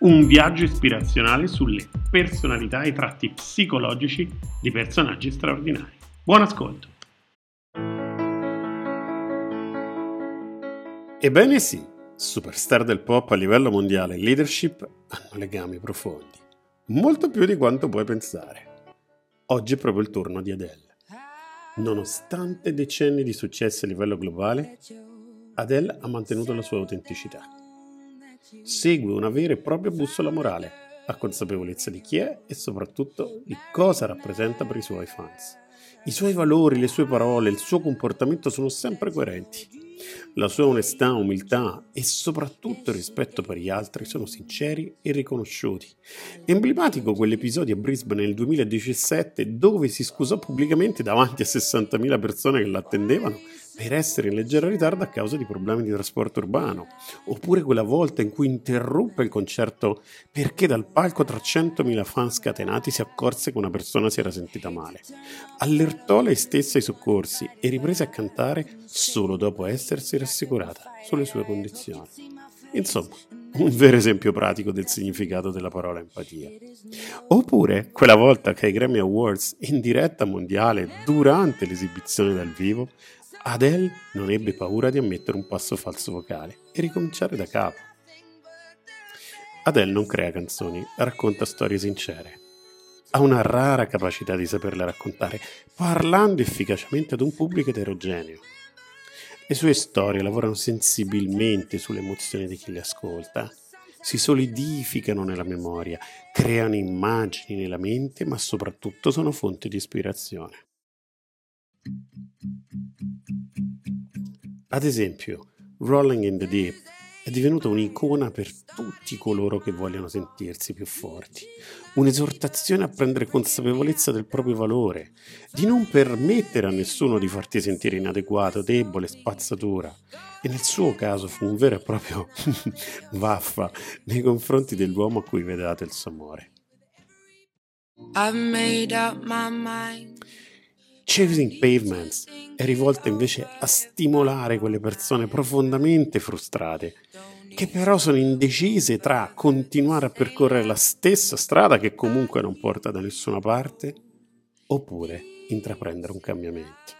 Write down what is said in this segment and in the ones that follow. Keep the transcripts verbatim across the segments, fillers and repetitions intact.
un viaggio ispirazionale sulle personalità e i tratti psicologici di personaggi straordinari. Buon ascolto! Ebbene sì, superstar del pop a livello mondiale e leadership hanno legami profondi, molto più di quanto puoi pensare. Oggi è proprio il turno di Adele. Nonostante decenni di successi a livello globale, Adele ha mantenuto la sua autenticità. Segue una vera e propria bussola morale, ha consapevolezza di chi è e soprattutto di cosa rappresenta per i suoi fans. I suoi valori, le sue parole, il suo comportamento sono sempre coerenti. La sua onestà, umiltà e soprattutto il rispetto per gli altri sono sinceri e riconosciuti. Emblematico quell'episodio a Brisbane nel duemiladiciassette dove si scusò pubblicamente davanti a sessantamila persone che l'attendevano per essere in leggero ritardo a causa di problemi di trasporto urbano. Oppure quella volta in cui interruppe il concerto perché dal palco tra centomila fan scatenati si accorse che una persona si era sentita male. Allertò lei stessa ai soccorsi e riprese a cantare solo dopo essersi rassicurata sulle sue condizioni. Insomma, un vero esempio pratico del significato della parola empatia. Oppure quella volta che ai Grammy Awards in diretta mondiale durante l'esibizione dal vivo Adele non ebbe paura di ammettere un passo falso vocale e ricominciare da capo. Adele non crea canzoni, racconta storie sincere. Ha una rara capacità di saperle raccontare, parlando efficacemente ad un pubblico eterogeneo. Le sue storie lavorano sensibilmente sulle emozioni di chi le ascolta, si solidificano nella memoria, creano immagini nella mente, ma soprattutto sono fonte di ispirazione. Ad esempio, Rolling in the Deep è divenuta un'icona per tutti coloro che vogliono sentirsi più forti, un'esortazione a prendere consapevolezza del proprio valore, di non permettere a nessuno di farti sentire inadeguato, debole, spazzatura. E nel suo caso fu un vero e proprio vaffa nei confronti dell'uomo a cui vedate il suo amore. I've made up my mind. Chasing Pavements è rivolta invece a stimolare quelle persone profondamente frustrate, che però sono indecise tra continuare a percorrere la stessa strada che comunque non porta da nessuna parte, oppure intraprendere un cambiamento.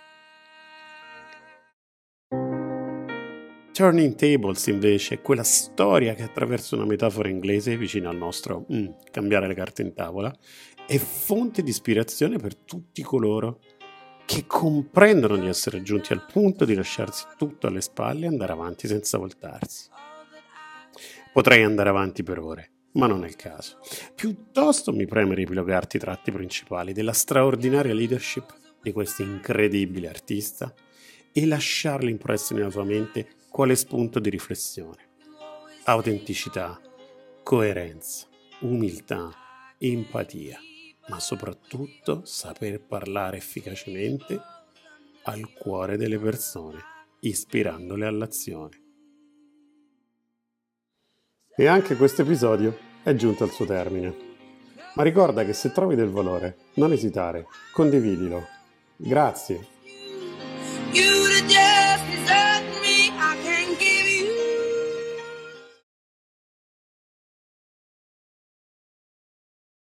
Turning Tables invece è quella storia che attraverso una metafora inglese vicina al nostro mm, cambiare le carte in tavola è fonte di ispirazione per tutti coloro che comprendono di essere giunti al punto di lasciarsi tutto alle spalle e andare avanti senza voltarsi. Potrei andare avanti per ore, ma non è il caso. Piuttosto mi preme riepilogarti i tratti principali della straordinaria leadership di questo incredibile artista e lasciarli impressi nella tua mente quale spunto di riflessione. Autenticità, coerenza, umiltà, empatia, ma soprattutto saper parlare efficacemente al cuore delle persone, ispirandole all'azione. E anche questo episodio è giunto al suo termine. Ma ricorda che se trovi del valore, non esitare, condividilo. Grazie.